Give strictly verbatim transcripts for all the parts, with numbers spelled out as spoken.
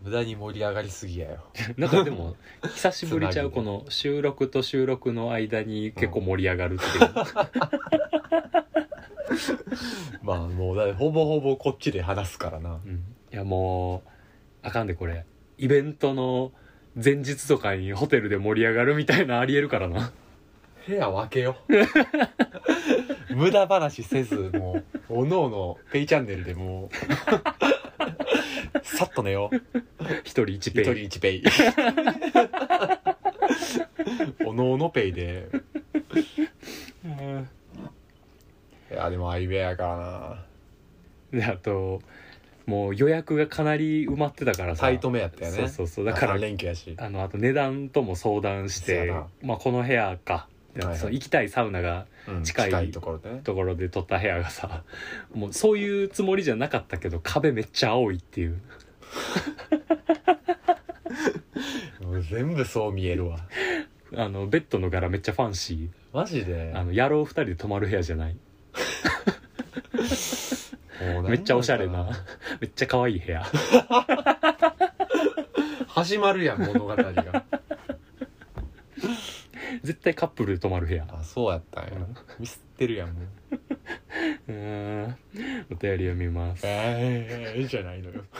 無駄に盛り上がりすぎやよなんかでも久しぶりちゃうこの収録と収録の間に結構盛り上がるっていう、 うん、まあもうだほぼほぼこっちで話すからな、 うん、いやもうあかんでこれイベントの前日とかにホテルで盛り上がるみたいなありえるからな。 部屋分けよ無駄話せずもうおのおのペイチャンネルでもうさっと寝よう。 一人一ペイ一人一ペイおのおのペイで、うん、いやでも相部屋やからな。であともう予約がかなり埋まってたからさ、 タイトめやったよね。 そうそうそう、だから連休やし、 あのあと値段とも相談して、まあ、この部屋か、はいはい、その行きたいサウナが近い、うん、近いところで、ね、ところで撮った部屋がさ、もうそういうつもりじゃなかったけど壁めっちゃ青いっていうもう全部そう見えるわ。 あのベッドの柄めっちゃファンシー。 マジであの野郎ふたりで泊まる部屋じゃないめっちゃおしゃれなめっちゃ可愛い部屋始まるやん物語が絶対カップルで泊まる部屋。 あ、そうやったんや、うん、ミスってるやんもううーん、お便り読みます。 えー、じゃないのよ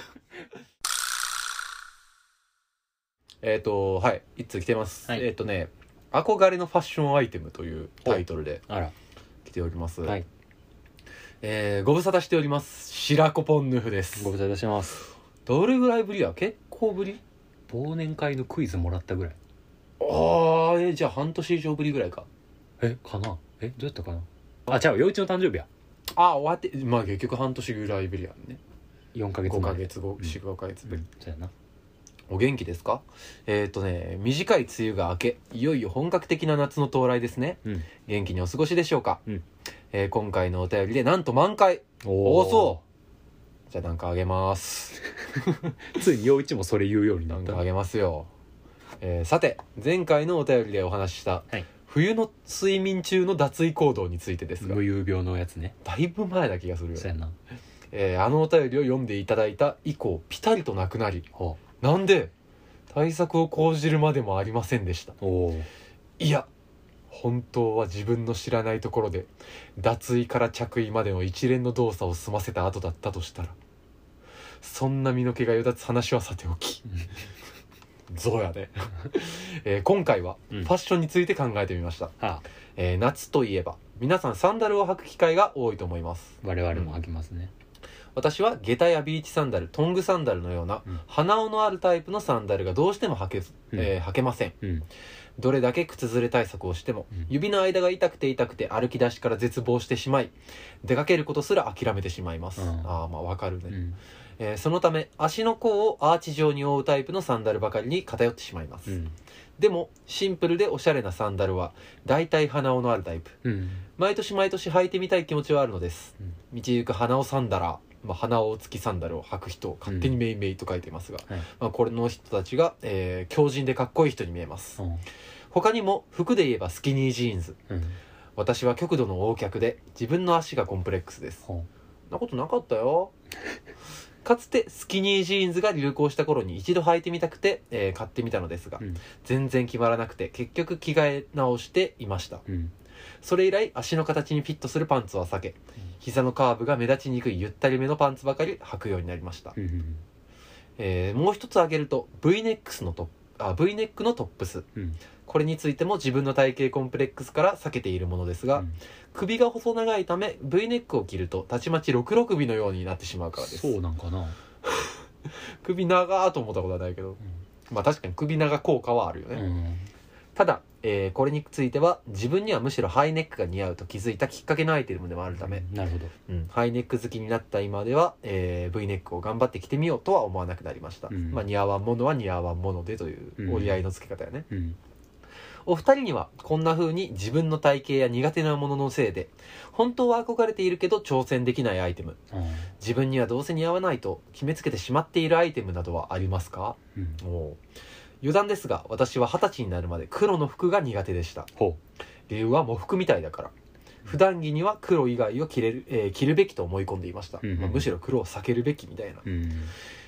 えっとはいいつ来てます、はい、えっ、ー、とね憧れのファッションアイテムというタイトルで来ております。はい、えー、ご無沙汰しております白子ポンヌフです。 ご無沙汰してます。 どれぐらいぶりや？結構ぶり？ 忘年会のクイズもらったぐらい。 あー、えじゃあ半年以上ぶりぐらいか。 えかなえどうやったかなあ、じゃあ陽一の誕生日や。 あ、終わってまあ結局半年ぐらいぶりやんね。 よんかげつまえごかげつご、よん、ごかげつぶり、 うん、そうやな。 お元気ですか？えっ、ー、とね短い梅雨が明けいよいよ本格的な夏の到来ですね、うん、元気にお過ごしでしょうか、うんえー、今回のお便りでなんと満開。おおそうじゃあなんかあげますついに陽一もそれ言うようになった。 なんかあげますよ、えー、さて前回のお便りでお話しした、はい、冬の睡眠中の脱衣行動についてですが、 無遊病のやつね。 だいぶ前な気がするよ。 そうやな、 えー、あのお便りを読んでいただいた以降ピタリとなくなり、なんで対策を講じるまでもありませんでした。おいや本当は自分の知らないところで脱衣から着衣までの一連の動作を済ませた後だったとしたら、そんな身の毛がよだつ話はさておきゾウやね、えー、今回はファッションについて考えてみました、うんはあえー、夏といえば皆さんサンダルを履く機会が多いと思います。 我々も履きますね、 うん、私は下駄やビーチサンダル、トングサンダルのような、うん、鼻緒のあるタイプのサンダルがどうしても履けず、うんえー、履けません、うんどれだけ靴ずれ対策をしても、うん、指の間が痛くて痛くて歩き出しから絶望してしまい出かけることすら諦めてしまいます、うん、ああまあわかるね、うんえー、そのため足の甲をアーチ状に覆うタイプのサンダルばかりに偏ってしまいます、うん、でもシンプルでおしゃれなサンダルは大体鼻緒のあるタイプ、うん、毎年毎年履いてみたい気持ちはあるのです、うん、道行く鼻緒サンダラーまあ、鼻緒付きサンダルを履く人を勝手にメイメイと書いていますが、うんはいまあ、これの人たちが、えー、強靭でかっこいい人に見えます、うん、他にも服で言えばスキニージーンズ、うん、私は極度の横脚で自分の足がコンプレックスです、うん、なことなかったよかつてスキニージーンズが流行した頃に一度履いてみたくて、えー、買ってみたのですが、うん、全然決まらなくて結局着替え直していました、うんそれ以来足の形にフィットするパンツは避け、膝のカーブが目立ちにくいゆったりめのパンツばかり履くようになりました、うんえー、もう一つ挙げると V ネックスのトップあ V ネックのトップス、うん、これについても自分の体型コンプレックスから避けているものですが、うん、首が細長いため V ネックを着るとたちまちろくろ首のようになってしまうからです。 そうなんかな首長ーと思ったことはないけど、うん、まあ確かに首長効果はあるよね、うんただ、えー、これについては自分にはむしろハイネックが似合うと気づいたきっかけのアイテムでもあるため、 うん、なるほど、 うん、ハイネック好きになった今では、えー、V ネックを頑張って着てみようとは思わなくなりました、うんまあ、似合わんものは似合わんものでという折り合いの付け方やね、うんうん、お二人にはこんな風に自分の体型や苦手なもののせいで本当は憧れているけど挑戦できないアイテム、うん、自分にはどうせ似合わないと決めつけてしまっているアイテムなどはありますか、うん、お余談ですが私は二十歳になるまで黒の服が苦手でした。ほう理由は喪服みたいだから。普段着には黒以外を着れる、えー、着るべきと思い込んでいました、うんうんまあ、むしろ黒を避けるべきみたいな、うん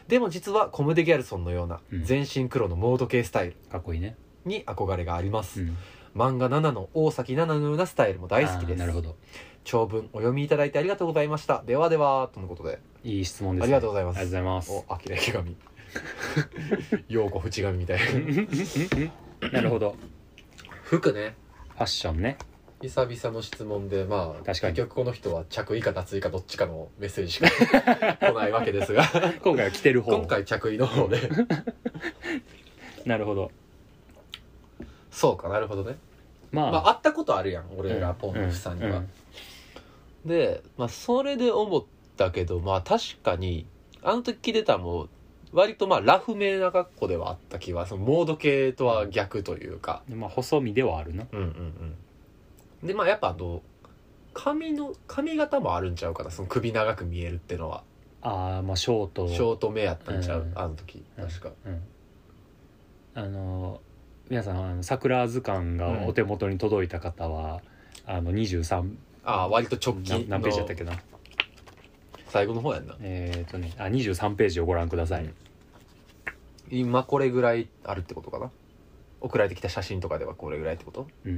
でも実はコムデ・ギャルソンのような全身黒のモード系スタイルかっこいいねに憧れがあります、 うん、 漫画ななの大崎奈々のようなスタイルも大好きです。 なるほど。 長文お読みいただいてありがとうございました。ではではとのことで、 いい質問ですね。 ありがとうございます。 ありがとうございます。 お、あきら池上陽子淵上みたいななるほど。 服ね、 ファッションね。 久々の質問で、まあ確かに結局この人は着衣か脱衣かどっちかのメッセージしか来ないわけですが今回は着てる方。 今回着衣の方でなるほど。 そうか、なるほどね。まあ、まあ、会ったことあるやん俺ら、うん、ポンフさんには、うんうん、で、まあ、それで思ったけど、まあ確かにあの時着てたも割とまあラフめな格好ではあった気は、そのモード系とは逆というか、 まあ細身ではあるな。 うんうんうん。でまあやっぱあの髪の髪型もあるんちゃうかな、その首長く見えるってのは。 ああ、まあショートショート目やったんちゃう、 うん、 あの時確か、 うんうん、あの皆さんあの桜図鑑がお手元に届いた方は、うん、あのにじゅうさん、 ああ割と直近の何ページだったっけな、 最後の方やんな。 えっ、ー、とねあにじゅうさんページをご覧ください、うん、 今これぐらいあるってことかな、送られてきた写真とかではこれぐらいってこと。うん、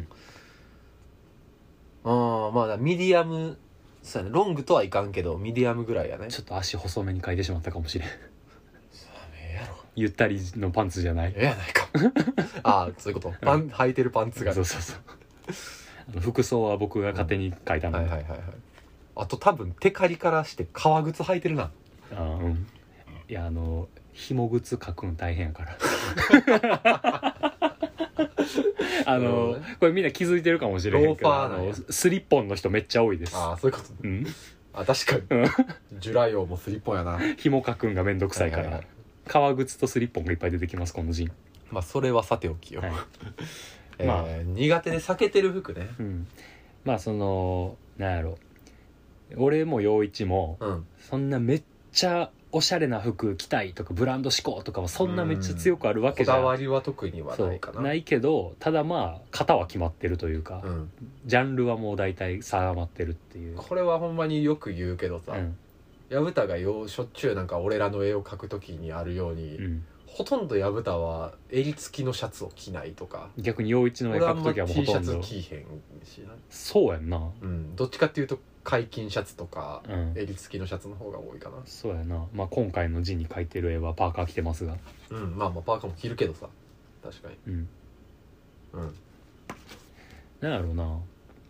ああまあミディアム、そうやね、ロングとはいかんけどミディアムぐらいやね。 ちょっと足細めに描いてしまったかもしれん。 ええやろ、 ゆったりのパンツじゃない。 ええやないかああそういうこと、パン履いてるパンツが、 そうそうそうあの服装は僕が勝手に描いたの、うん、はいはいはいはい。 あと多分テカリからして革靴履いてるな。 あ、うん、いやあの紐靴描くの大変やからあの、ね、これみんな気づいてるかもしれへんけど、あのスリッポンの人めっちゃ多いです。 ああそういうこと、うん、あ確かにジュラヨウもスリッポンやな。 紐描くんがめんどくさいから、はいはいはい、革靴とスリッポンがいっぱい出てきますこの陣。 まあそれはさておきよ、はいえーまあ、苦手で避けてる服ね、うん、 まあそのなんやろ、俺も陽一も、うん、そんなめっちゃおしゃれな服着たいとかブランド志向とかはそんなめっちゃ強くあるわけじゃん、 こだわりは特にはないかな。 ないけど、ただまあ型は決まってるというか、うん、ジャンルはもう大体定まってるっていう。 これはほんまによく言うけどさ、薮田がよしょっちゅうなんか俺らの絵を描くときにあるように、うん、ほとんど薮田は襟付きのシャツを着ないとか、 逆に陽一の絵描くときはもうほとんど T シャツ着へんしな。 そうやんな、 うん、どっちかっていうと解禁シャツとか、うん、襟付きのシャツの方が多いかな。 そうやな、まあ、今回の字に描いてる絵はパーカー着てますが、 うん、まあまあパーカーも着るけどさ、確かに、うんうんなんやろうな、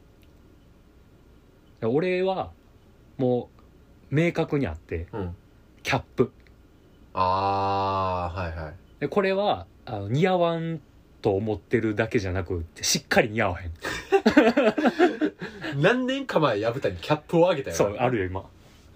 俺はもう明確にあって、うん、キャップ。 あーはいはい。 でこれはあの似合わんと思ってるだけじゃなくてしっかり似合わへん何年か前薮田にキャップをあげたよ。 そうあるよ今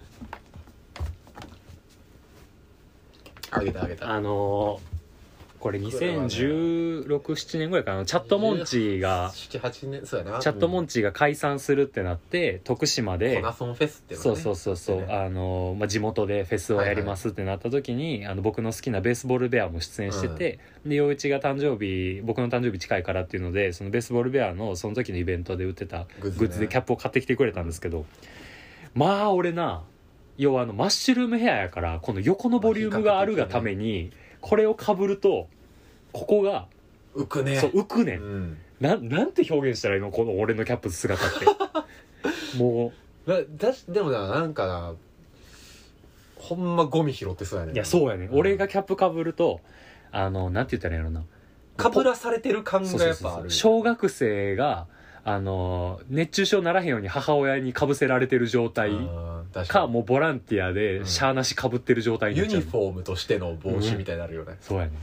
あげたあげた。 あのー、これにせんじゅうろく、ななねんぐらいかな、チャットモンチーがなな、はちねん、そうやな、 チャットモンチーが解散するってなって、うん、徳島でコナソンフェスっていうの、ね、そうそうそうそう、ね、あのまあ、地元でフェスをやりますってなった時に、はいはい、あの僕の好きなベースボールベアも出演してて、うん、で陽一が誕生日僕の誕生日近いからっていうのでそのベースボールベアのその時のイベントで売ってたグッズ、ね、グッズでキャップを買ってきてくれたんですけど、まあ俺な、要はあのマッシュルームヘアやからこの横のボリュームがあるがためにこれを被るとここが浮くね。 そう浮くねん、うん、な, なんて表現したらいいのこの俺のキャップ姿ってもうだでもな、なんかな、ほんまゴミ拾ってそうやねん。 いやそうやね、うん、俺がキャップ被るとあのなんて言ったらいいのな、 被らされてる感がやっぱある、ね、 小学生があの熱中症ならへんように母親にかぶせられてる状態か、もうボランティアでシャーなしかぶってる状態になっちゃう、 ユニフォームとしての帽子みたいになるよね、 うん、そうやね。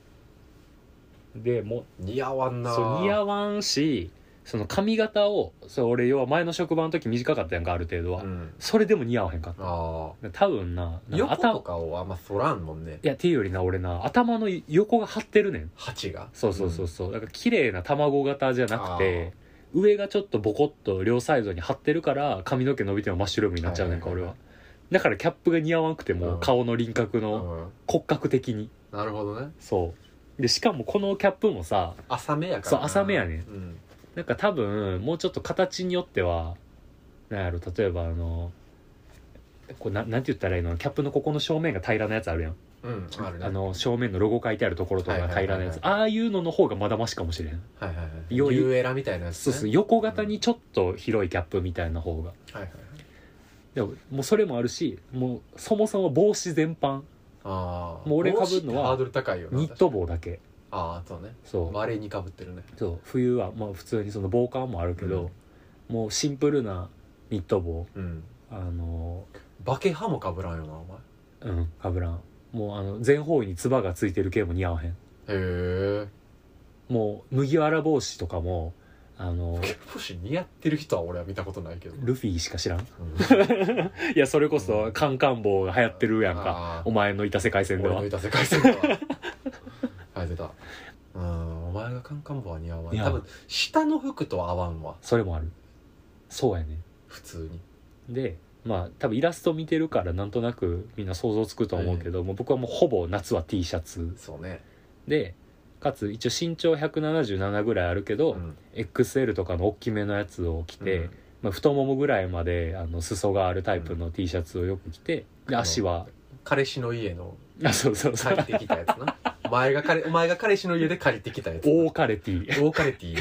でも似合わんな。 そう似合わんし、その髪型をそう俺要は前の職場の時短かったやんかある程度は、うん、それでも似合わへんかった。あ多分な横とかをあんま反らんもんね。 いやっていうよりな、俺な頭の横が張ってるねん、 鉢が。 そうそうそうそう、うん、だから綺麗な卵型じゃなくて上がちょっとボコッと両サイドに張ってるから髪の毛伸びてもマッシュルームになっちゃうねんか、はいはいはいはい、俺はだからキャップが似合わなくても、うん、顔の輪郭の骨格的に、 うん、なるほどね。 そうでしかもこのキャップもさ浅めやからな。 そう浅めやねん、うん、なんか多分もうちょっと形によってはなんやろ、例えばあのこう な, なんて言ったらいいの、キャップのここの正面が平らなやつあるやん、 うん、あるね。 あの正面のロゴ書いてあるところとか平らなやつ、ああいうのの方がまだマシかもしれん。 はいはいはい。ニューエラみたいなやつ、 ね、そうそう、横型にちょっと広いキャップみたいな方が、はいはいはい。でももうそれもあるし、もうそもそも帽子全般、あもう俺かぶるのはハードル高いよな、 ニット帽だけ。 ああそうね、そう稀にかぶってるね。 そう、冬はまあ普通にその防寒もあるけど、うん、もうシンプルなニット帽、うん、あのバケハもかぶらんよなお前。うん、かぶらん。もうあの全方位につばがついてる系も似合わへん。へえ。もう麦わら帽子とかもあの帽子似合ってる人は俺は見たことないけど、 ルフィしか知らん、うん、いやそれこそカンカン帽が流行ってるやんか、お前のいた世界線では。 俺のいた世界線では流行ってた。うん、お前がカンカン帽は似合わん。多分下の服とは合わんわ。 それもある。そうやね、 普通に。 でまあ多分イラスト見てるからなんとなくみんな想像つくと思うけど、えー、もう僕はもうほぼ夏は T シャツ。 そうね。 でかつ一応身長ひゃくななじゅうななぐらいあるけど、うん、エックスエル とかの大きめのやつを着て、うん、まあ、太ももぐらいまであの裾があるタイプの T シャツをよく着て、で足は彼氏の家のあそうそうそう借りてきたやつな。お前が彼お前が彼氏の家で借りてきたやつ。 大カレティ大カレティ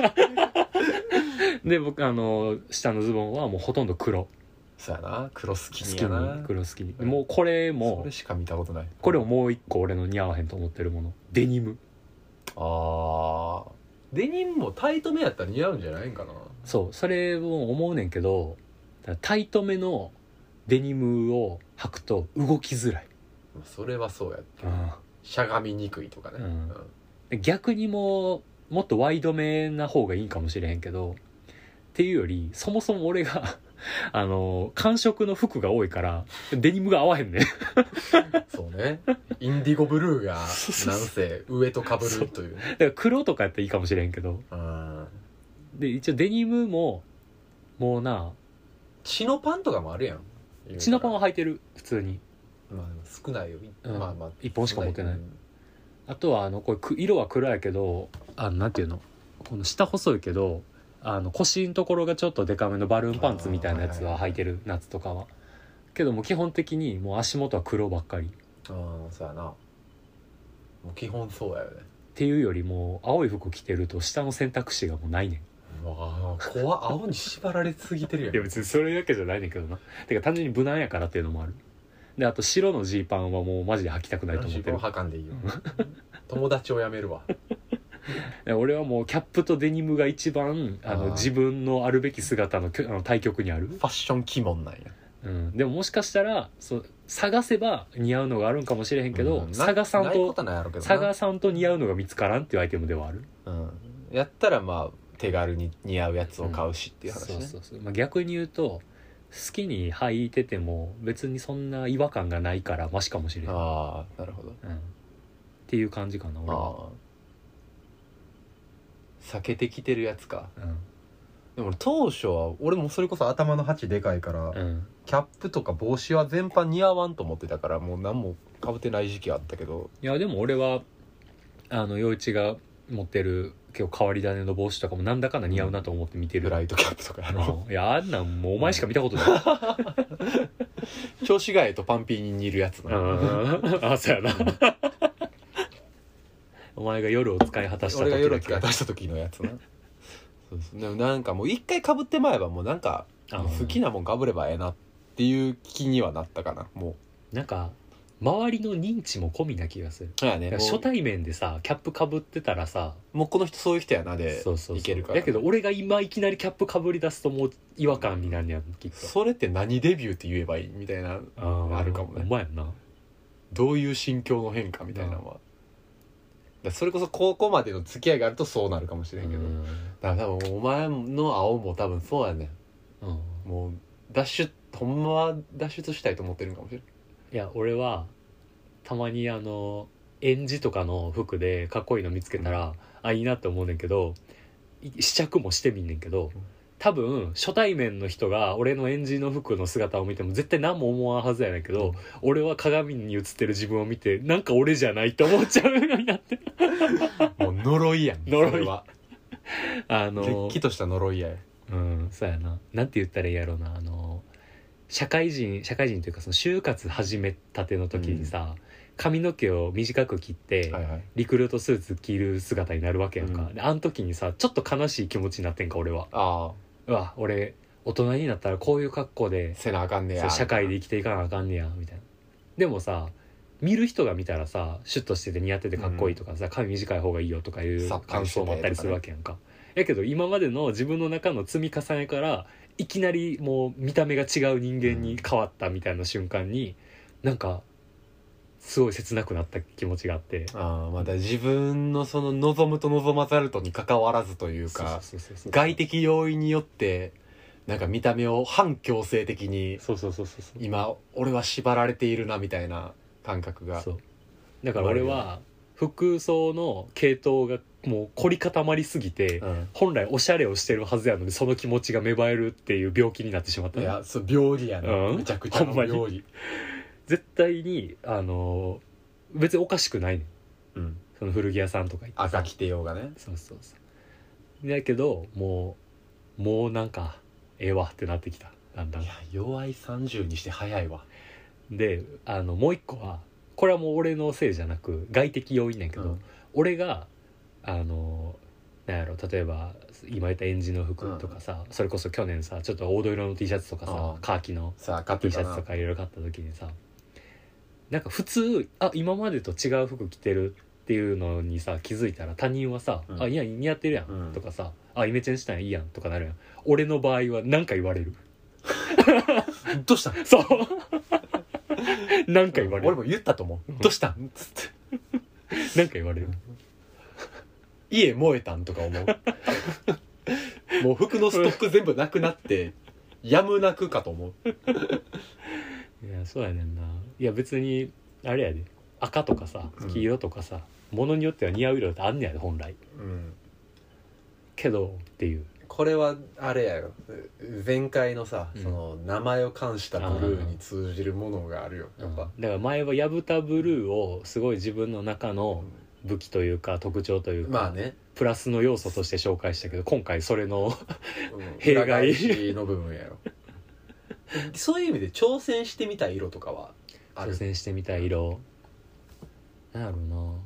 で僕あの下のズボンはもうほとんど黒。 そうやな、黒スキニーやな。 スキニー、黒スキニー、うん、もうこれもそれしか見たことない。 これももう一個俺の似合わへんと思ってるもの、デニム。 あー、デニムもタイトめやったら似合うんじゃないんかな。 そう、それも思うねんけど、タイトめのデニムを履くと動きづらい。 それはそうやって、うん、しゃがみにくいとかね、うんうん、逆にもうもっとワイドめな方がいいんかもしれへんけど、っていうよりそもそも俺があの寒色の服が多いからデニムが合わへんねそうね、インディゴブルーがなんせ上と被るという、ね、 だから黒とかやったらいいかもしれんけど、で一応デニムももうなチノパンとかもあるやん。 チノパンは履いてる普通に。 まあ少ないよ、うん、まあまあいっぽんしか持ってない、うん、あとはあのこれ色は黒やけど、あのなんていうの、この下細いけどあの腰のところがちょっとデカめのバルーンパンツみたいなやつは履いてる、はいはいはい、夏とかは。けども基本的にもう足元は黒ばっかり。 ああそうやな、もう基本そうやよね。 っていうよりも青い服着てると下の選択肢がもうないねん。 わあ怖っ、青に縛られすぎてるやん。 いや別にそれだけじゃないねんけどな。てか単純に無難やからっていうのもある。であと白のジーパンはもうマジで履きたくないと思ってる。 ジーパンはかんでいいよ友達をやめるわ俺はもうキャップとデニムが一番あの自分のあるべき姿 の, あの対極にあるファッション鬼門なんや、 うん、でももしかしたらそう探せば似合うのがあるんかもしれへんけど、うん、探さんと探さんと似合うのが見つからんっていうアイテムではある、 うん、やったらまあ手軽に似合うやつを買うしっていう話ね、うん、そうそうそう、 まあ、逆に言うと好きに履いてても別にそんな違和感がないからマシかもしれない。 ああなるほど、 うん、っていう感じかな俺は。 避けてきてるやつか、うん、でも当初は俺もそれこそ頭の鉢でかいから、うん、キャップとか帽子は全般似合わんと思ってたからもう何も被ってない時期あったけど、 いやでも俺はあの陽一が持ってる結構変わり種の帽子とかもなんだかんだ似合うなと思って見てる、 フライトキャップとかやろ、 うん、いやあんなんもうお前しか見たことない調子がえとパンピーに似るやつなあそうやなお前が夜を使い果たした時だけ、 俺が夜を使い果たした時のやつなそうそう、でもなんかもう一回被ってまえばもうなんか好きなもん被ればええなっていう気にはなったかな。もうなんか周りの認知も込みな気がする。 そうやね、 初対面でさキャップ被ってたらさもうこの人そういう人やなでいけるから。 だけど俺が今いきなりキャップ被り出すともう違和感になるんやんきっと。 それって何デビューって言えばいいみたいなあるかもね。 ほんまやんな。 どういう心境の変化みたいなのは、だそれこそ高校までの付き合いがあるとそうなるかもしれんけど、だから多分お前の青も多分そうやね、うん、もう脱出ほんまは脱出したいと思ってるかもしれん。 いや俺はたまにあの演じとかの服でかっこいいの見つけたら、うん、あいいなって思うねんけど試着もしてみんねんけど、多分初対面の人が俺の演じの服の姿を見ても絶対何も思わんはずやねんけど、うん、俺は鏡に映ってる自分を見てなんか俺じゃないって思っちゃうようになってもう呪いやん呪いそれはあのれっきとした呪いやよ。 うんそうやな、なんて言ったらいいやろうな、あの社会人社会人というかその就活始めたての時にさ、 髪の毛を短く切って、 はいはい、 リクルートスーツ着る姿になるわけやんか、うん、であの時にさちょっと悲しい気持ちになってんか俺は。 あうわ俺大人になったらこういう格好でせなあかんねや、 社会で生きていかなあかんねやみたいな。でもさ見る人が見たらさシュッとしてて似合っててかっこいいとかさ、うん、髪短い方がいいよとかいう感想もあったりするわけやんか、ね、やけど今までの自分の中の積み重ねからいきなりもう見た目が違う人間に変わったみたいな瞬間に、うん、なんかすごい切なくなった気持ちがあって、 ああまだ自分のその望むと望まざるとに関わらずというか外的要因によってなんか見た目を反強制的に今俺は縛られているなみたいな感覚が。 そうだから俺は服装の系統がもう凝り固まりすぎて、うん、本来おしゃれをしてるはずやのにその気持ちが芽生えるっていう病気になってしまった。 いやそう病理やな、うん、めちゃくちゃの病理。 絶対にあのー、別におかしくないねん、うん、その古着屋さんとか行って赤着てようがね。 そうそうそうだけどもうもうなんかええわってなってきただんだん。いや弱いさんじゅうにして早いわ。 であのもう一個はこれはもう俺のせいじゃなく外的要因なんやけど、うん、俺があのなんやろ例えば今言ったエンジの服とかさ、うん、それこそ去年さちょっと黄土色の T シャツとかさカーキの T シャツとかいろいろ買った時にさなんか普通あ今までと違う服着てるっていうのにさ気づいたら他人はさ、うん、あいや似合ってるやん、うん、とかさあイメチェンしたんやいいやんとかなるやん。俺の場合は何か言われるどうしたんそう何か言われる。 俺も言ったと思う、うん、どうしたんつって何か言われる家燃えたんとか思うもう服のストック全部なくなってやむなくかと思う。 いやそうやねんな。いや別にあれやで赤とかさ黄色とかさ、うん、ものによっては似合う色ってあんねやで本来、うん、けどっていうこれはあれやよ前回のさ、うん、その名前を冠したブルーに通じるものがあるよやっぱ、 うん、だから前はヤブタブルーをすごい自分の中の武器というか特徴というか、 まあね、 プラスの要素として紹介したけど今回それの弊害の部分やろそういう意味で挑戦してみたい色とかはある？ 挑戦してみたい色なんやろうな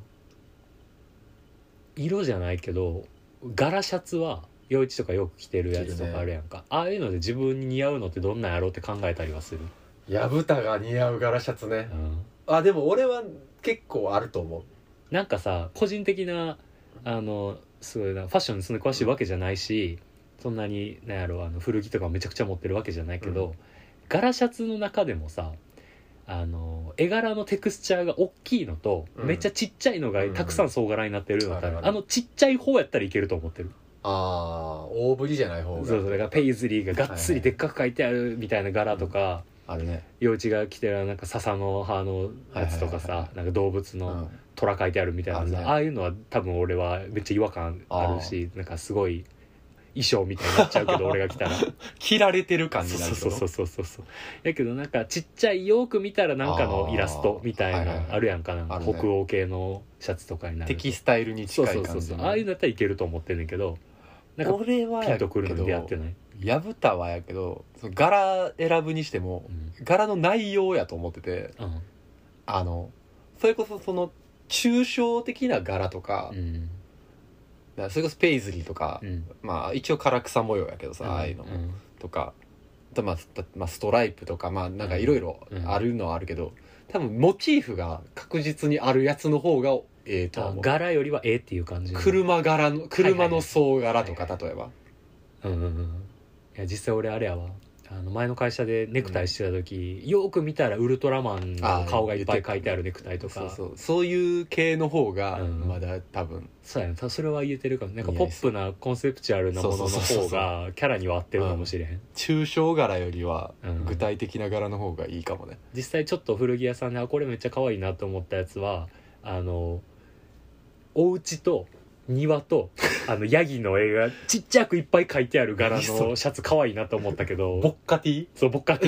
色じゃないけど柄シャツは陽一とかよく着てるやつとかあるやんか、ね、ああいうので自分に似合うのってどんなんやろうって考えたりはする。 やぶたが似合う柄シャツね、うん、あでも俺は結構あると思う。 なんかさ個人的なあのすごいなファッションにそんな詳しいわけじゃないし、うん、そんなになんやろあの古着とかめちゃくちゃ持ってるわけじゃないけど、うん、柄シャツの中でもさあの絵柄のテクスチャーが大きいのと、うん、めっちゃちっちゃいのがたくさん総柄になってるの、うんうん、あのちっちゃい方やったらいけると思ってる。 あー大ぶりじゃない方がそうそうだからペイズリーががっつりでっかく書いてあるみたいな柄とか、はいはい、 あるね。 陽一が着てるなんか笹の葉のやつとかさ、はいはいはいはい、なんか動物の虎書いてあるみたいな、うん、ああいうのは多分俺はめっちゃ違和感あるしなんかすごい衣装みたいになっちゃうけど俺が着たら着られてる感じになる。 そうそうそうそうそうやけどなんかちっちゃいよく見たらなんかのイラストみたいなあるやんか、なんか北欧系のシャツとかになるテキスタイルに近い感じ。 そうそうそうそうああいうのだったらいけると思ってんねんけどなんか俺はピンとくるのに出会ってない。 やぶたはやけどその柄選ぶにしても、うん、柄の内容やと思ってて、うん、あのそれこそその抽象的な柄とか、うん、だからそれこそペイズリーとか、うん、まあ一応唐草模様やけどさ、うん、ああいうの、うん、とかあと、まあ、まあストライプとかまあなんかいろいろあるのはあるけど、多分モチーフが確実にあるやつの方がええと思う。 柄よりはええっていう感じ。 車柄の車の総柄とか例えば、 うんうんうん、いや実際俺あれやわあの前の会社でネクタイしてた時、うん、よく見たらウルトラマンの顔がいっぱい描いてあるネクタイとか、 そうそうそういう系の方がまだ多分、うん、 そうやねそれは言えてるかも。なんかポップなコンセプチュアルなものの方がキャラには合ってるかもしれへん。 抽象柄よりは具体的な柄の方がいいかもね、 うん、実際ちょっと古着屋さんであこれめっちゃ可愛いなと思ったやつはあのお家と庭とあのヤギの絵がちっちゃくいっぱい描いてある柄のシャツ可愛いなと思ったけどボッカティそうボッカテ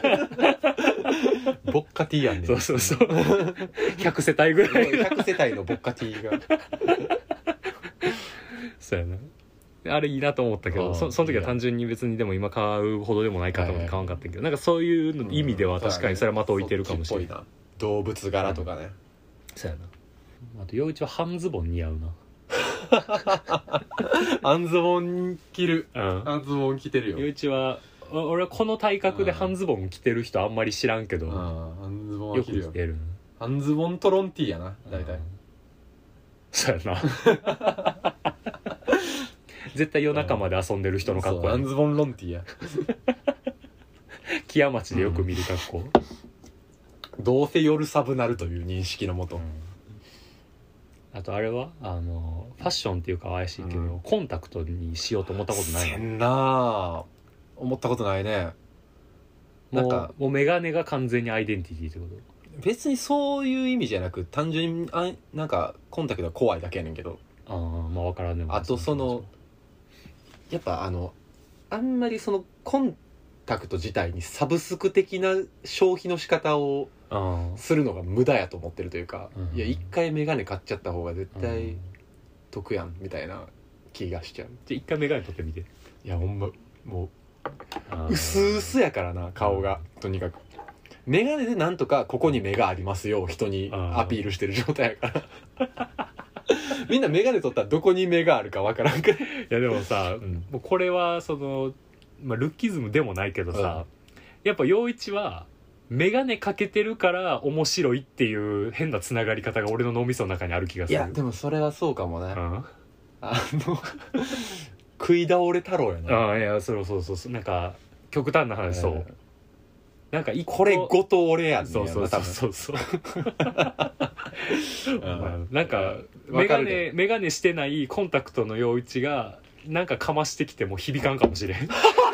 ィボッカティやんね。 そうそうそうひゃく世帯ぐらいひゃく世帯のボッカティがそうやなあれいいなと思ったけど そ, その時は単純に別にでも今買うほどでもないかと思って買わんかったけど、はいはい、なんかそういうの意味では確かにそれは的置いてるかもしれない、 うん、動物柄とかね、 そうやな。あと陽一は半ズボン似合うな。 半ズボン着る、 うん、 半ズボン着てるよ。 陽一は俺はこの体格で半ズボン着てる人あんまり知らんけど、 半ズボン着るよ。 よく着てる。 半ズボントロンティーやな大体。 そうやな。絶対夜中まで遊んでる人の格好や。 半ズボンロンティーや。 木屋町でよく見る格好、うん、 どうせ夜サブなるという認識のもと、うん、 あとあれはあのファッションっていうか怪しいけど、うん、コンタクトにしようと思ったことないの？ せんな思ったことないね。 なんかもうメガネが完全にアイデンティティってこと？ 別にそういう意味じゃなく単純にあなんかコンタクトが怖いだけやねんけど。 ああまあ分からんねん。 あとそのやっぱあのあんまりそのコンタクト自体にサブスク的な消費の仕方をするのが無駄やと思ってるというか、いや一回メガネ買っちゃった方が絶対得やんみたいな気がしちゃう。 じゃあ一回メガネ取ってみて。いやほんまもう薄々やからな顔が。とにかくメガネでなんとかここに目がありますよ人にアピールしてる状態やからみんなメガネ取ったらどこに目があるかわからんくらい。いやでもさ、うん、もうこれはそのまあ、ルッキズムでもないけどさ、うん、やっぱ陽一はメガネかけてるから面白いっていう変なつながり方が俺の脳みその中にある気がする。 いやでもそれはそうかもね、うん、あの食い倒れ太郎やな。 ああいやそうそうそうなんか極端な話、そう、えー、なんかこれごと俺やんねん。 そうそうそうそうそうなんかメガネメガネしてないコンタクトの陽一がなんかかましてきても響かんかもしれん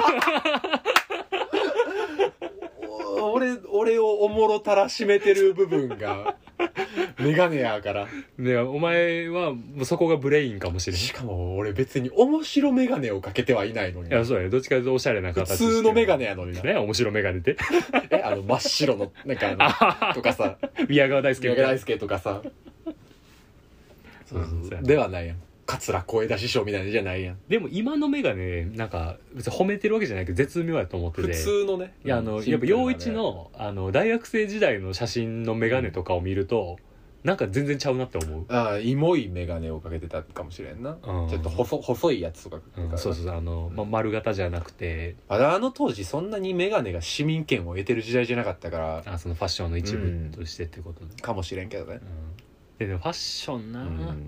俺俺をおもろたらしめてる部分がメガネやから。 ね、お前はもうそこがブレインかもしれん。 しかも俺別に面白メガネをかけてはいないのに。 いやそうや、どっちかというとおしゃれな形。 普通のメガネやのにな。 ね、面白メガネってえあの真っ白のなんかあのとかさ宮川大輔宮川大輔とかさそうそうそうではないやん。桂声出し賞みたいなじゃないやん。 でも今のメガネなんか別に褒めてるわけじゃないけど絶妙やと思ってて、 普通のね。 いやあの、うん、やっぱ陽一のあの大学生時代の写真のメガネとかを見ると、うん、なんか全然ちゃうなって思う。 ああイモいメガネをかけてたかもしれんな、うん、ちょっと細細いやつとか、 うん、そうそうそうあの、ま、丸型じゃなくて、 まだあの当時そんなにメガネが市民権を得てる時代じゃなかったから。 あそのファッションの一部としてってこと、ねうん、かもしれんけどね、うんでもファッションな、うん、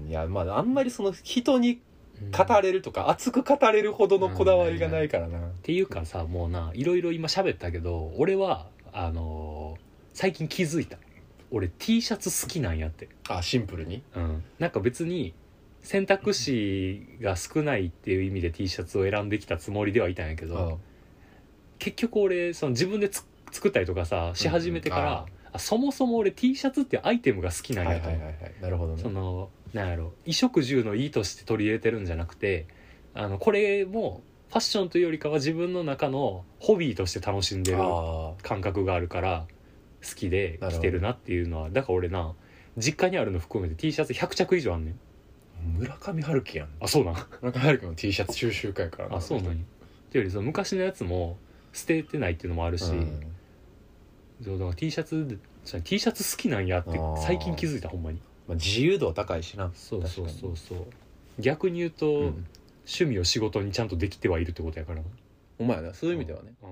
いやまああんまりその人に語れるとか、うん、熱く語れるほどのこだわりがないからな、うん、 っていうかさもうないろいろ今喋ったけど俺はあのー、最近気づいた俺 T シャツ好きなんやって。 あシンプルに、 うん、なんか別に選択肢が少ないっていう意味で T シャツを選んできたつもりではいたんやけど、うん、結局俺その自分でつ作ったりとかさし始めてから、うんあそもそも俺 T シャツっていうアイテムが好きなんやと、 はいはいはいはい、なるほどね。 そのなんやろ衣食住のいいとして取り入れてるんじゃなくてあのこれもファッションというよりかは自分の中のホビーとして楽しんでる感覚があるから好きで着てるなっていうのはだから俺な実家にあるの含めて T シャツひゃく着以上あんねん。 村上春樹やん。 あそうなん村上春樹の T シャツ収集会からな。 あそうなんやっていうよりその昔のやつも捨ててないっていうのもあるし、うんそうだから T シャツ T シャツ好きなんやって最近気づいたほんまに、 まあ、自由度高いしな。 そうそうそうそう逆に言うと、うん、趣味を仕事にちゃんとできてはいるってことやからな。 お前なそういう意味ではね、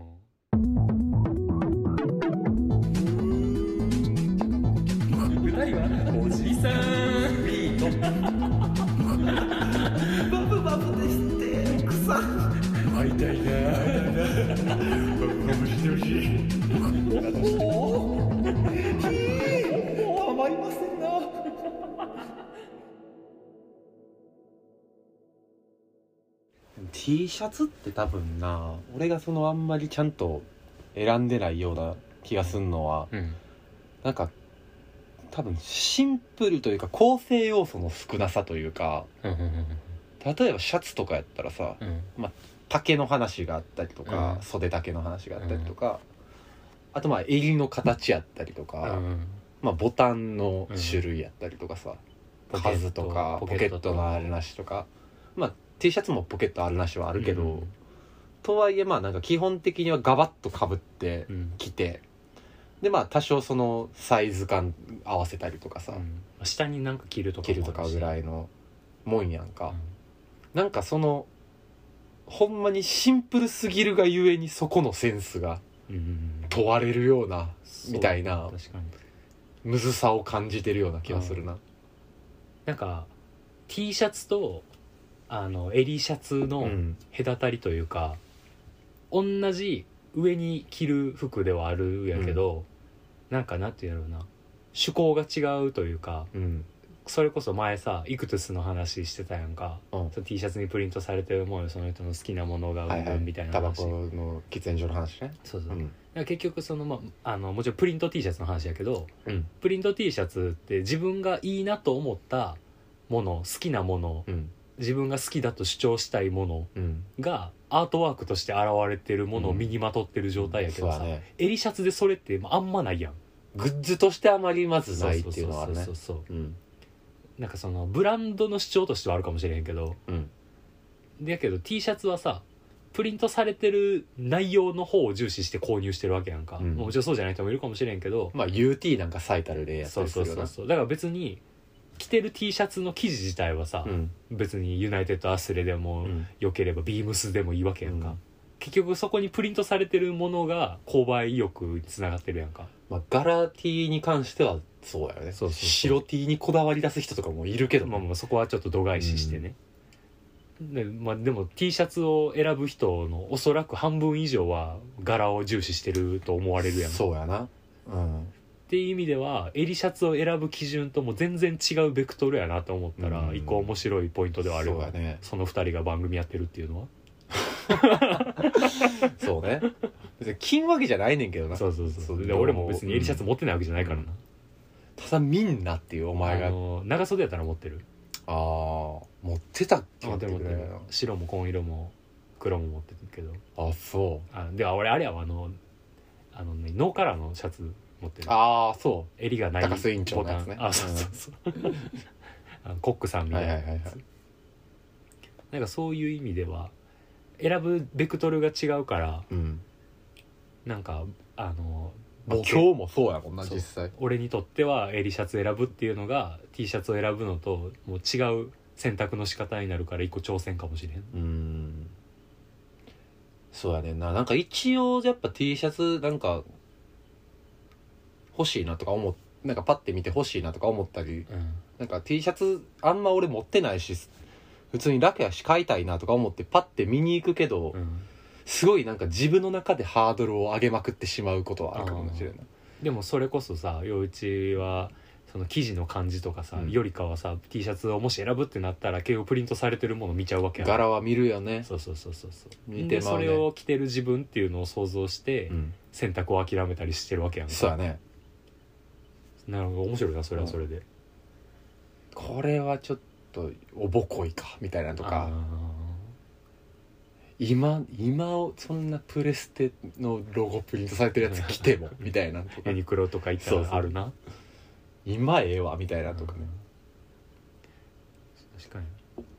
ふたりはおじさんビートバブバブですって奥さん会いたいなバブバブしてほしいおおたまりませんなT シャツって多分な俺がそのあんまりちゃんと選んでないような気がすんのは、うん、なんか多分シンプルというか構成要素の少なさというか例えばシャツとかやったらさ、うんまあ、丈の話があったりとか、うん、袖丈の話があったりとか、うん、あとまあ襟の形やったりとか、うんまあ、ボタンの種類やったりとかさ、うん、数とかポケットのあるなしとかまあ T シャツもポケットあるなしはあるけど、うん、とはいえまあなんか基本的にはガバッとかぶって着て、 でまあ多少そのサイズ感合わせたりとかさ、うん、 下になんか着るとか着るとかぐらいのもんやんか、うん、なんかそのほんまにシンプルすぎるがゆえにそこのセンスが問われるような、うん、みたいなむずさを感じてるような気がするな、うん、 なんか T シャツとあの襟シャツの隔たりというか、うん、同じ上に着る服ではあるやけど、うん、なんかなんていうのな趣向が違うというか、うん、それこそ前さイクトゥスの話してたやんか、うん、その T シャツにプリントされてるものその人の好きなものがうんぬんみたいな話、 タバコの喫煙所の話ね。 そうそう、うん、結局その、まあ、あのもちろんプリント T シャツの話やけど、うん、プリント T シャツって自分がいいなと思ったもの好きなもの、うん、自分が好きだと主張したいものがアートワークとして現れてるものを身にまとってる状態やけどさ、うんね、襟シャツでそれってあんまないやん。 グッズとしてあまりまずないっていうのはあるね。 そうそうそうそう、うん、なんかそのブランドの主張としてはあるかもしれへんけど、うん、だけど T シャツはさプリントされてる内容の方を重視して購入してるわけやんか、うん、もちろんそうじゃない人もいるかもしれんけど、 まあ ユーティー なんか最たる例やったりするよな。そうそうそうそう、 だから別に着てる T シャツの生地自体はさ、うん、別にユナイテッドアスレでも、うん、よければビームスでもいいわけやんか、うん、結局そこにプリントされてるものが購買意欲につながってるやんか。 まあ、柄 T に関してはそうやよね。そうそうそう、白 T にこだわり出す人とかもいるけど、ね、 まあ、まあそこはちょっと度外視してね、うん、で, まあ、でも T シャツを選ぶ人のおそらく半分以上は柄を重視してると思われるやん。 そうやな、うん、 っていう意味では襟シャツを選ぶ基準とも全然違うベクトルやなと思ったら、うん、一個面白いポイントではあるよ、そうね、そのふたりが番組やってるっていうのはそうね、別に着んわけじゃないねんけどな。 そうそうそう、で俺も別に襟シャツ持ってないわけじゃないからな、うん、 ただ見んなっていうお前が、あの長袖やったら持ってる。 ああ持ってたっけ。 持ってる持ってる、白も紺色も黒も持ってるけど。 あそう、 あでは俺あれやわ、あのあの、ね、ノーカラーのシャツ持ってる。 ああそう、 襟がない高須委員長のやつね。 あそうそうそう、うん、あのコックさんみたいなやつ、はいはいはいはい、なんかそういう意味では選ぶベクトルが違うから、うん、なんかあの、 まあ、今日もそうやもんな実際。 俺にとっては襟シャツ選ぶっていうのが T シャツを選ぶのともう違う選択の仕方になるから一個挑戦かもしれん。 うーんそうやねんな。なんか一応やっぱ T シャツなんか欲しいなとか思っなんかパッて見て欲しいなとか思ったり、うん、なんか T シャツあんま俺持ってないし普通に楽やし買いたいなとか思ってパッて見に行くけど、うん、すごいなんか自分の中でハードルを上げまくってしまうことはあるかもしれない。 でもそれこそさ、陽一はその生地の感じとかさ、うん、よりかはさ T シャツをもし選ぶってなったら結構プリントされてるもの見ちゃうわけやん。 柄は見るよね。 そうそうそうそうそう、 見てまうね。 でそれを着てる自分っていうのを想像して、うん、選択を諦めたりしてるわけやんか。 そうやね。 なるほど、面白いなそれはそれで、うん、 これはちょっとおぼこいかみたいなとか、今今そんなプレステのロゴプリントされてるやつ着てもみたいなとかユニクロとか行ったらあるな。そうそう今ええわみたいなとかね、 確かに。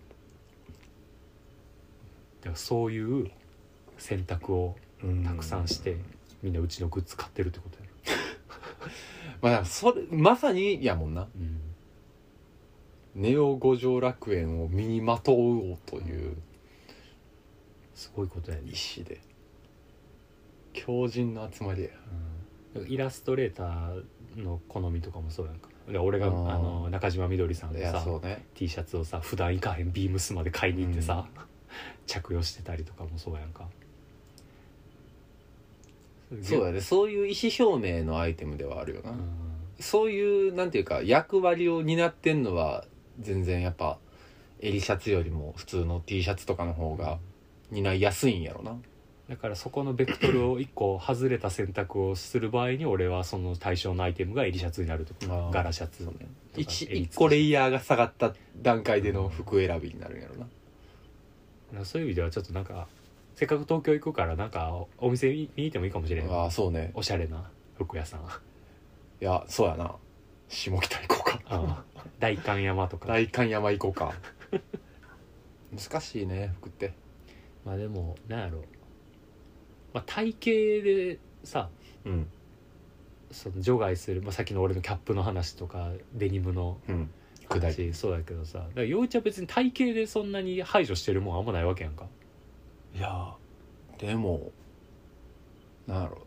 だからそういう選択をたくさんしてみんなうちのグッズ買ってるってことやろまあそれまさにやもんな、うん、ネオ五条楽園を身にまとおうという、うん、 すごいことやね。 意志で強靭な集まりや、 うん、イラストレーターの好みとかもそうやんか。俺があの中島みどりさんのさ、ね、T シャツをさ普段行かへんビームスまで買いに行ってさ、うん、着用してたりとかもそうやんか。 そうだね、そういう意思表明のアイテムではあるよな、うん、そういうなんていうか役割を担ってんのは全然やっぱ襟シャツよりも普通の T シャツとかの方が担いやすいんやろな。 だからそこのベクトルを一個外れた選択をする場合に俺はその対象のアイテムが襟シャツになるとか柄シャツ、ね、 一個レイヤーが下がった段階での服選びになるんやろな。そういう意味ではちょっとなんかせっかく東京行くからなんかお店見に行ってもいいかもしれない。 ああそうね、 おしゃれな服屋さん。いやそうやな、下北行こうか。 ああ代官山とか代官山行こうか難しいね服って。 まあでもなんやろ、まあ、体型でさ、うん、 その除外する、まあ、さっきの俺のキャップの話とかデニムの話、うん、そうだけどさ、だから陽一は別に体型でそんなに排除してるもんあんまないわけやんか。 いやでもなんやろ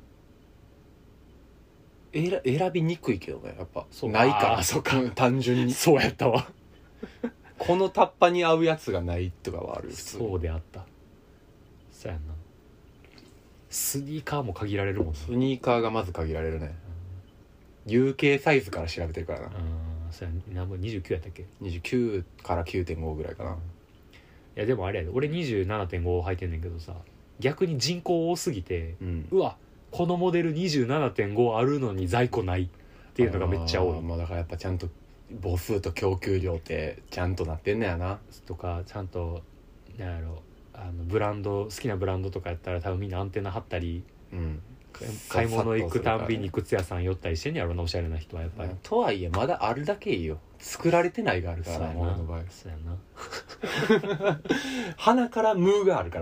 選選びにくいけどねやっぱそうないからあそうか単純にそうやったわこのタッパに合うやつがないとかはある。 そうであった。そうやんな。スニーカーも限られるもんね。 スニーカーがまず限られるね、うん、ユーケー サイズから調べてるからな。うんそうやな。にじゅうきゅうやったっけ。 にじゅうきゅうから きゅうてんご ぐらいかな、うん、いやでもあれやで俺 にじゅうななてんご 履いてんねんけどさ、逆に人口多すぎて、うん、うわこのモデル にじゅうななてんご あるのに在庫ないっていうのがめっちゃ多い。 まあだからやっぱちゃんと母数と供給量ってちゃんとなってんのやなとか、ちゃんとなんやろあのブランド好きなブランドとかやったら多分みんなアンテナ張ったり、うん、買い物行くたんびに靴屋さん寄ったりしてんやろな、おしゃれな人はやっぱり、うん、 とはいえまだあるだけいいよ。作られてないがあるから俺の場合。 そうやな鼻からムーがあるから。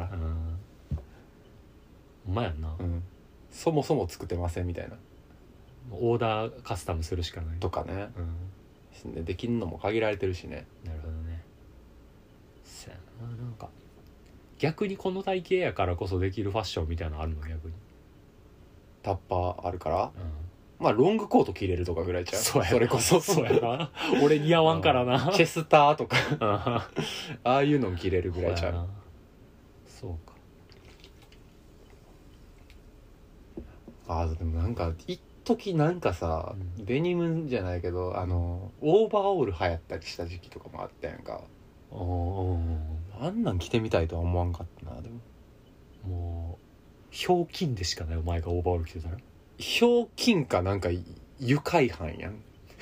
ほんまやんな、 うん、そもそも作ってませんみたいな。 オーダーカスタムするしかないとかね、うん、できるのも限られてるしね。 なるほどね。そうやな。なんか逆にこの体型やからこそできるファッションみたいなのあるの？逆にタッパーあるから、うん、まあロングコート着れるとかぐらいちゃう。 そうやそれこそそうやな俺似合わんからなチェスターとかああいうの着れるぐらいちゃう。 そうか。 あでもなんか一時なんかさ、うん、デニムじゃないけどあのオーバーオール流行ったりした時期とかもあったやんか。おあんなん着てみたいとは思わんかったな。でももうひょうきんでしかないお前がオーバーオール着てたら。 ひょうきんかなんか愉快犯やん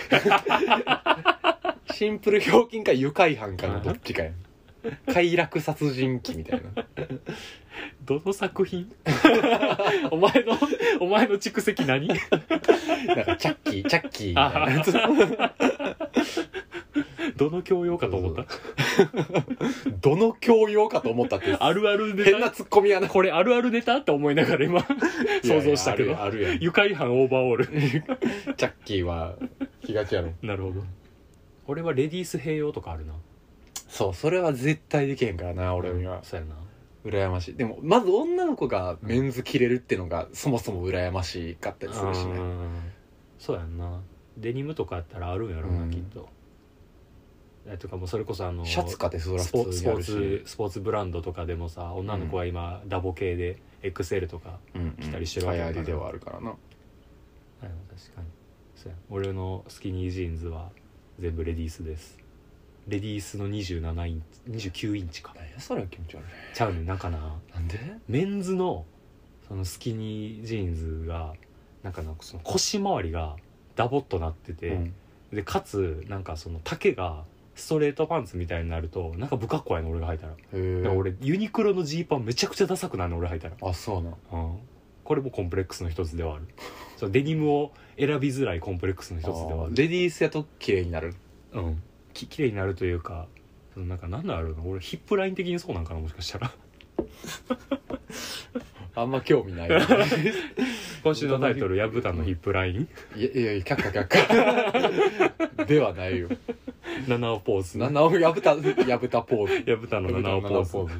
シンプルひょうきんか愉快犯かのどっちかやん快楽殺人鬼みたいなどの作品お前のお前の蓄積何なんかチャッキーチャッキーみたいなやつどの教養かと思ったどの教養かと思ったってあるあるネタ変なツッコミやな。 これあるあるネタって思いながら今想像したけど。いやいやあるやん。愉快犯オーバーオールチャッキーは気がちやろ。 なるほど。俺はレディース併用とかあるな。 そうそれは絶対できへんからな俺には、うん、 そうやな。 羨ましい。でもまず女の子がメンズ着れるってのがそもそも羨ましかったりするしね。 そうやんな。デニムとかやったらあるんやろうな、うん、きっと。とかもそれこそあのシャツかてそら普通にあるしスポーツスポーツブランドとかでもさ女の子は今、うん、ダボ系で エックスエル とか着たりしてるわけだから、 流行りではあるからな。 確かにそうや。俺のスキニージーンズは全部レディースです。レディースのにじゅうななインチにじゅうきゅうインチか。 何やそれ気持ち悪い。 ちゃうねんなんかな。 なんでメンズのそのスキニージーンズがなんかなんかその腰回りがダボっとなってて、うん、でかつなんかその丈がストレートパンツみたいになるとなんか不格好やの俺が履いたら。へだから俺ユニクロのジーパンめちゃくちゃダサくなるの俺履いたら。 あそうな、 うん、これもコンプレックスの一つではあるそうデニムを選びづらいコンプレックスの一つではある。 レディースやと綺麗になる。 うんき綺麗になるというかなんかなんだろうな俺ヒップライン的にそうなんかなもしかしたらあんま興味ない今週のタイトル「やぶたのヒップライン」 いやいや却下却下ではないよ。 七尾ポーズ七尾やぶたやぶたポーズやぶたの七尾ポーズ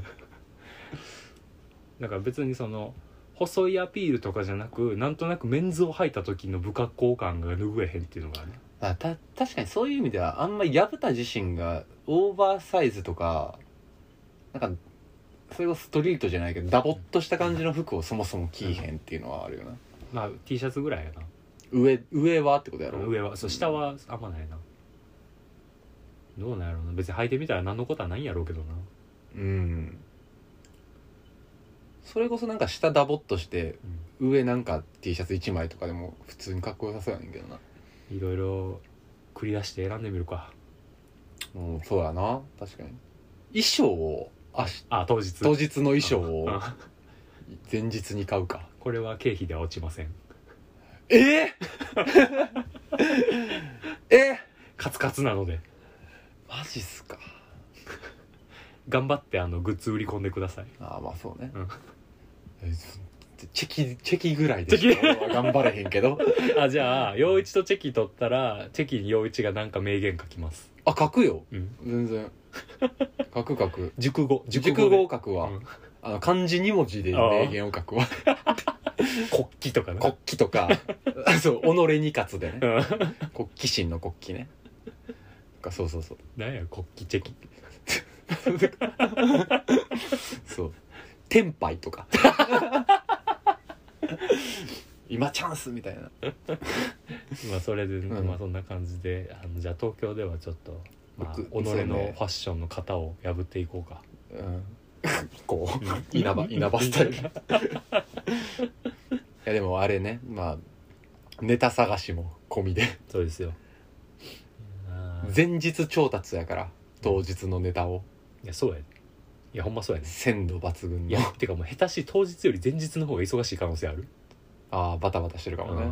だから別にその細いアピールとかじゃなくなんとなくメンズを履いた時の不格好感が拭えへんっていうのがある。 あた確かにそういう意味ではあんまり矢蓋自身がオーバーサイズとかなんかそれをストリートじゃないけどダボっとした感じの服をそもそも着いへんっていうのはあるよな。 まあ T シャツぐらいやな。 上上はってことやろ。 上はそう下はあんまないな。どうなんやろうな。別に履いてみたら何のことはないんやろうけどな。 うん。それこそなんか下ダボっとして、うん、上なんか T シャツいちまいとかでも普通にかっこよさそうやねんけどな。 いろいろ繰り出して選んでみるか。 うん、そうやな。確かに衣装をああ当日当日の衣装を前日に買うか。 これは経費では落ちません。 えー、えカツカツなので。 マジっすか。 頑張ってあのグッズ売り込んでください。 ああまあそうね、 うん、 えチェキチェキぐらいでしか俺は頑張れへんけどあじゃあ陽一とチェキ取ったらチェキに陽一がなんか名言書きます。 あ書くよ、 うん、 全然書く書く熟語熟語を書くわ、うん、あの漢字に文字で名言を書くわ国旗とかね国旗とかそう己に勝つでね国旗心の国旗ねそうそうそうなんや国旗チェキそう天杯とか今チャンスみたいなまあそれで、うん、まあそんな感じであのじゃあ東京ではちょっと、まあ、己のファッションの型を破っていこうか、 うん、こう稲葉稲葉スタイルいやでもあれねまあネタ探しも込みでそうですよ前日調達やから当日のネタをいやそうやいやほんまそうやね鮮度抜群のいやてかもう下手し当日より前日の方が忙しい可能性ある。 ああバタバタしてるかもね、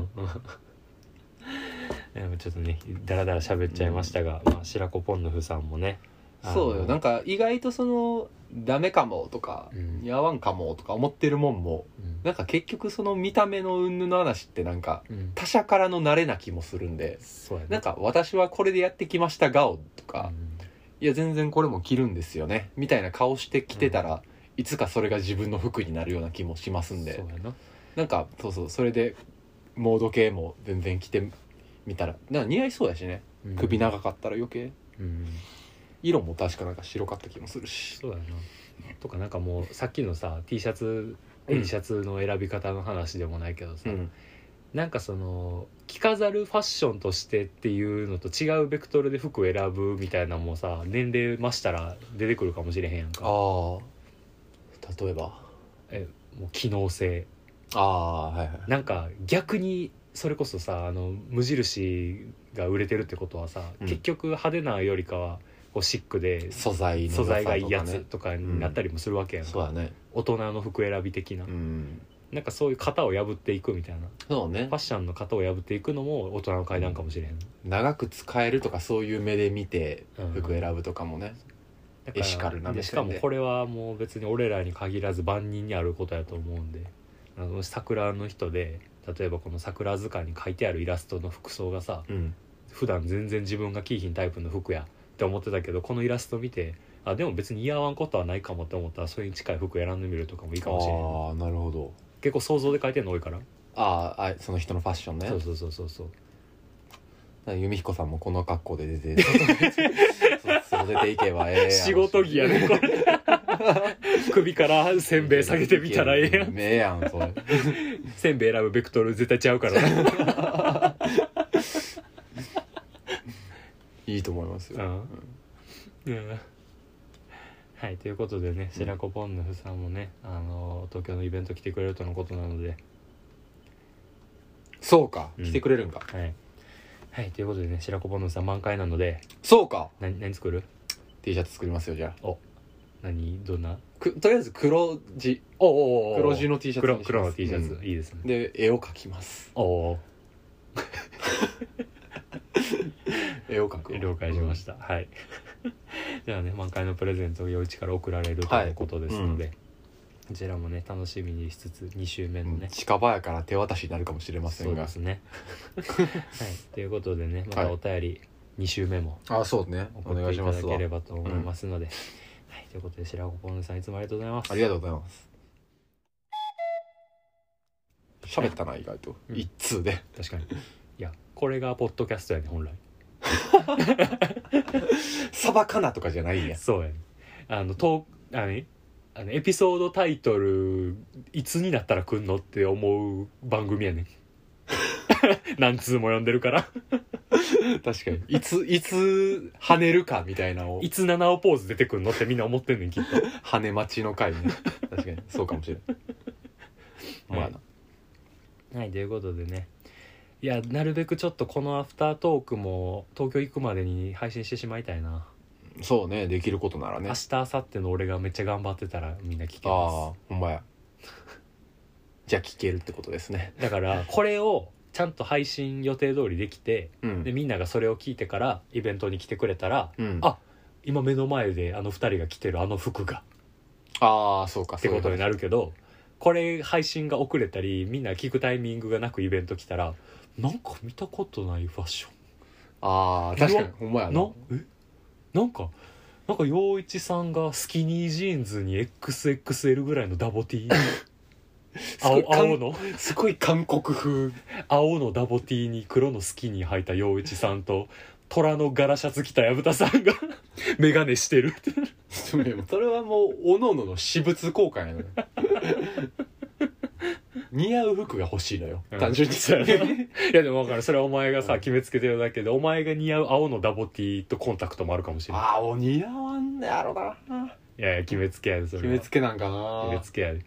うん、ちょっとねダラダラ喋っちゃいましたが、うんまあ、白子ポンヌフさんもねそうよなんか意外とそのダメかもとか、うん、やわんかもとか思ってるもんも、うん、なんか結局その見た目の云々の話ってなんか、うん、他者からの慣れな気もするんで、そうやね、なんか私はこれでやってきました顔とか、うん、いや全然これも着るんですよねみたいな顔してきてたら、うん、いつかそれが自分の服になるような気もしますんで、そうやななんかそうそうそれでモード系も全然着てみたらなんか似合いそうやしね、うん、首長かったら余計、うん、色も確かなんか白かった気もするしそうやなとかなんかもうさっきのさ T シャツ T シャツの選び方の話でもないけどさ、うん、なんかその着飾るファッションとしてっていうのと違うベクトルで服を選ぶみたいなのもさ年齢増したら出てくるかもしれへんやんか。 あ例えばえもう機能性あーはいはいなんか逆にそれこそさあの無印が売れてるってことはさ、うん、結局派手なよりかはこうシックで素材の素材がいいやつとかになったりもするわけやんか、 うん、そうだね大人の服選び的な、うん、なんかそういう型を破っていくみたいなそうねファッションの型を破っていくのも大人の階段かもしれん、うん、 長く使えるとかそういう目で見て服選ぶとかもね、うん、エシカルな目線でしかもこれはもう別に俺らに限らず万人にあることやと思うんであの桜の人で例えばこの桜図鑑に書いてあるイラストの服装がさ、うん、普段全然自分が着いひんタイプの服やって思ってたけどこのイラスト見てあでも別に似合わんことはないかもって思ったらそれに近い服選んでみるとかもいいかもしれない。 ああなるほど結構想像で書いてるの多いからああその人のファッションねそうそうそうそうそう由美彦さんもこの格好で出てそう出ていけばええ仕事着やねこれ首からせんべい下げてみたらええやんええやんそれせんべい選ぶベクトル絶対ちゃうからいいと思いますよ、 うんうん、はいということでね白子ポンヌフさんもね、あの東京のイベント来てくれるとのことなのでそうか、うん、来てくれるんかはい、はい、ということでね白子ポンヌフさん満開なのでそうか何何作る T シャツ作りますよじゃあお何どんなくとりあえず黒地おおお黒地の T シャツにします黒の T シャツ、うん、いいですねで絵を描きますおお絵を描く了解しました、うん、はいじゃあね満開のプレゼントを陽一から送られるということですので、はいうん、こちらもね楽しみにしつつに週目のね、うん、 近場やから手渡しになるかもしれませんがそうですねはいということでねまたお便りに週目もあそうね送っていただければと思いますので、はい、ということで白子ポンヌさんいつもありがとうございます。 ありがとうございます。喋ったな意外と、うん、一通で確かにいやこれがポッドキャストやね本来サバカナとかじゃないんやそうやねあのトーあのあのエピソードタイトルいつになったら来んのって思う番組やね何通も読んでるから確かにいついつ跳ねるかみたいなのをいつ七尾ポーズ出てくんのってみんな思ってんねんきっと跳ね待ちの回ね確かにそうかもしれないまあなはい、ということでねいやなるべくちょっとこのアフタートークも東京行くまでに配信してしまいたいな。 そうねできることならね明日明後日の俺がめっちゃ頑張ってたらみんな聞けます。ああほんまやじゃあ聞けるってことですね。 だからこれをちゃんと配信予定通りできて、うん、でみんながそれを聞いてからイベントに来てくれたら、うん、あ今目の前であのふたりが着てるあの服がああそうかってことになるけどこれ配信が遅れたりみんな聞くタイミングがなくイベント来たらなんか見たことないファッションあー確かにほんまやななえなんかなんか陽一さんがスキニージーンズに エックスエックスエル ぐらいのダボティー青青のすごい韓国風青のダボティーに黒のスキニー履いた陽一さんと虎の柄シャツ着た薮田さんがメガネしてるってそれはもうおのおのの私物交換やのよ似合う服が欲しいのよ、うん、単純にさいやでも分かるそれはお前がさ決めつけてるだけでお前が似合う青のダボティーとコンタクトもあるかもしれないああ似合わんねやろないやいや決めつけやでそれ決めつけなんかな決めつけやで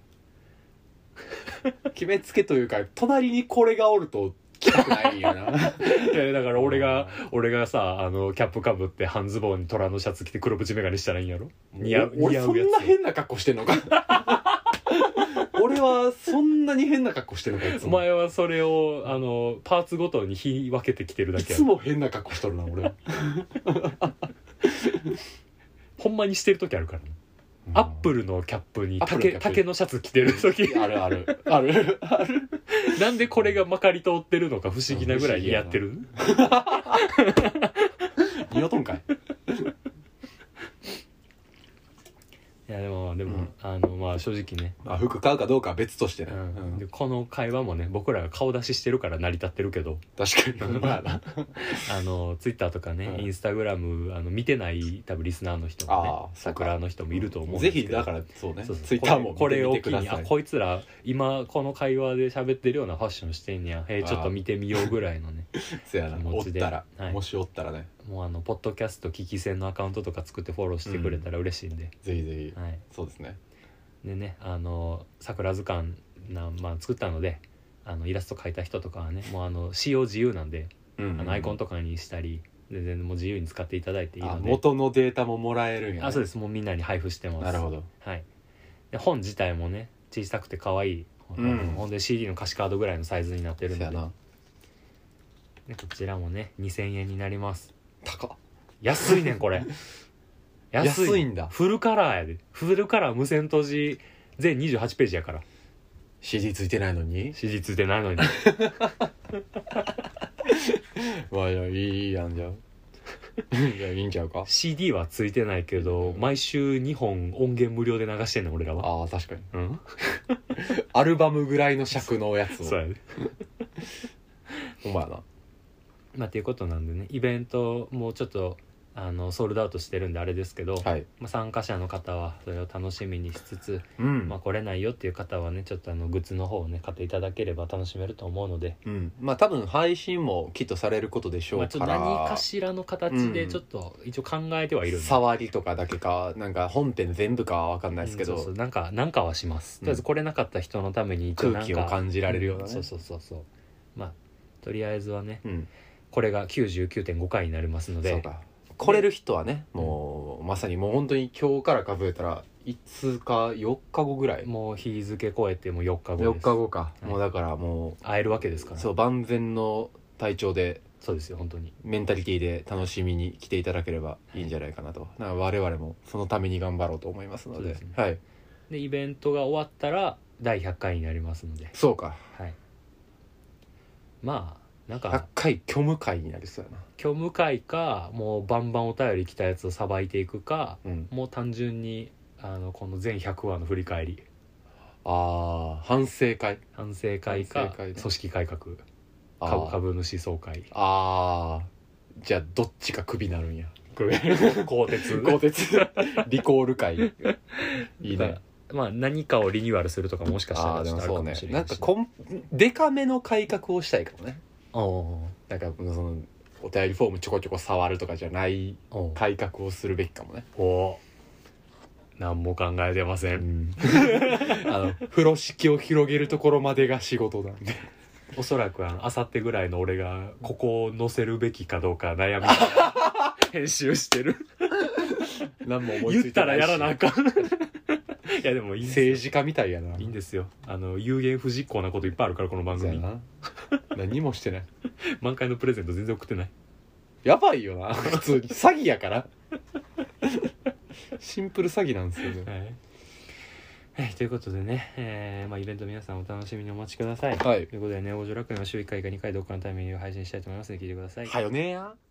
決めつけというか隣にこれがおると着たくないんやないやだから俺が俺がさあのキャップかぶって半ズボンに虎のシャツ着て黒縁眼鏡したらいいんやろ似合う似合うやつ俺そんな変な格好してんのか俺はそんなに変な格好してるのかいつもお前はそれをあのパーツごとに日分けてきてるだけやいつも変な格好しとるな俺ほんまにしてる時あるからねアップルのキャップに竹竹のシャツ着てる時あるあるあるあるなんでこれがまかり通ってるのか不思議なぐらい似合ってる似合うとんかいいやでもでも、うん、あのまあ正直ね、 まあ、服買うかどうかは別としてね、 うん、でこの会話もね僕らが顔出ししてるから成り立ってるけど確かにまあなあのツイッターとかね、うん、インスタグラムあの見てない多分リスナーの人もね桜の人もいると思うんですけどぜひだからそうねそうそうツイッターもこれを機にあこいつら今この会話で喋ってるようなファッションしてんねやへえちょっと見てみようぐらいのねせやなおったら、はい、もしおったらねもうあのポッドキャスト聞き戦のアカウントとか作ってフォローしてくれたら嬉しいんで、うん、 ぜひぜひ、 はい、 そうですねでねあの桜図鑑な、まあ、作ったのであのイラスト描いた人とかはねもうあの使用自由なんで、うんうんうん、あのアイコンとかにしたり全然もう自由に使っていただいていいので元のデータももらえるんや、ね、 あそうですもうみんなに配布してますなるほど、 はい、で本自体もね小さくて可愛い、うん、ほんで シーディー の歌詞カードぐらいのサイズになってるので、でこちらもねにせんえんになります高っ安いねんこれ安い, 安いんだフルカラーやでフルカラー無線閉じ全にじゅうはちページやからシーディー ついてないのにシーディー ついてないのにまあいやいいやんじゃいやいいんちゃうかシーディー はついてないけど毎週にほん音源無料で流してんねん俺らはああ確かに、 うん、 アルバムぐらいの尺のやつをそうやでほんまやなまあっていうことなんでねイベントもうちょっとあのソールドアウトしてるんであれですけど、はいまあ、参加者の方はそれを楽しみにしつつ、うんまあ、来れないよっていう方はねちょっとあのグッズの方をね買っていただければ楽しめると思うので、 うんまあ多分配信もきっとされることでしょうから、 まあ、ちょっと何かしらの形でちょっと一応考えてはいるんで、うん、 触りとかだけかなんか本編全部かは分かんないですけど、うん、そうそうなんかなんかはします、とりあえず来れなかった人のために一応空気を感じられるようなね、 うん、そうそうそうそうまあとりあえずはね、うん、これが きゅうじゅうきゅうてんごかいになりますのでそうか来れる人はねもう、うん、まさにもう本当に今日から数えたらいつかよっかごぐらいもう日付超えてもよっかごですよっかごか、はい、もうだからもう会えるわけですから、 そう万全の体調でそうですよ本当にメンタリティで楽しみに来ていただければいいんじゃないかなと、なんか我々もそのために頑張ろうと思いますので、 そうですね、 はい、 でイベントが終わったらだいひゃっかいになりますのでそうか、 はい、まあなんかひゃっかい虚無会になりそうやな虚無会かもうバンバンお便り来たやつをさばいていくか、 うん、 もう単純にあのこの全ひゃくわの振り返りああ反省会反省会か組織改革株, 株主総会ああじゃあどっちかクビなるんや鋼鉄鋼鉄リコール会いいねまあ何かをリニューアルするとかもしかしたらちょっとあるかもしれないし、 なんかこんデカめの改革をしたいかもねおなんかそのお便りフォームちょこちょこ触るとかじゃない改革をするべきかもねお何も考えてません、うん、 あの風呂敷を広げるところまでが仕事なんでおそらくあの明後日ぐらいの俺がここを載せるべきかどうか悩み編集してる何も思いついてないし言ったらやらなあかんいやでもいい政治家みたいやないいんですよあの有言不実行なこといっぱいあるからこの番組何もしてない満開のプレゼント全然送ってないやばいよな普通に詐欺やからシンプル詐欺なんですよね、 はい、 はい、ということでね、えーまあ、イベント皆さんお楽しみにお待ちください。 はい、 ということでね、王女楽園は週いっかいかにかいどっかのタイミングで配信したいと思いますので聞いてください。 はよねーや。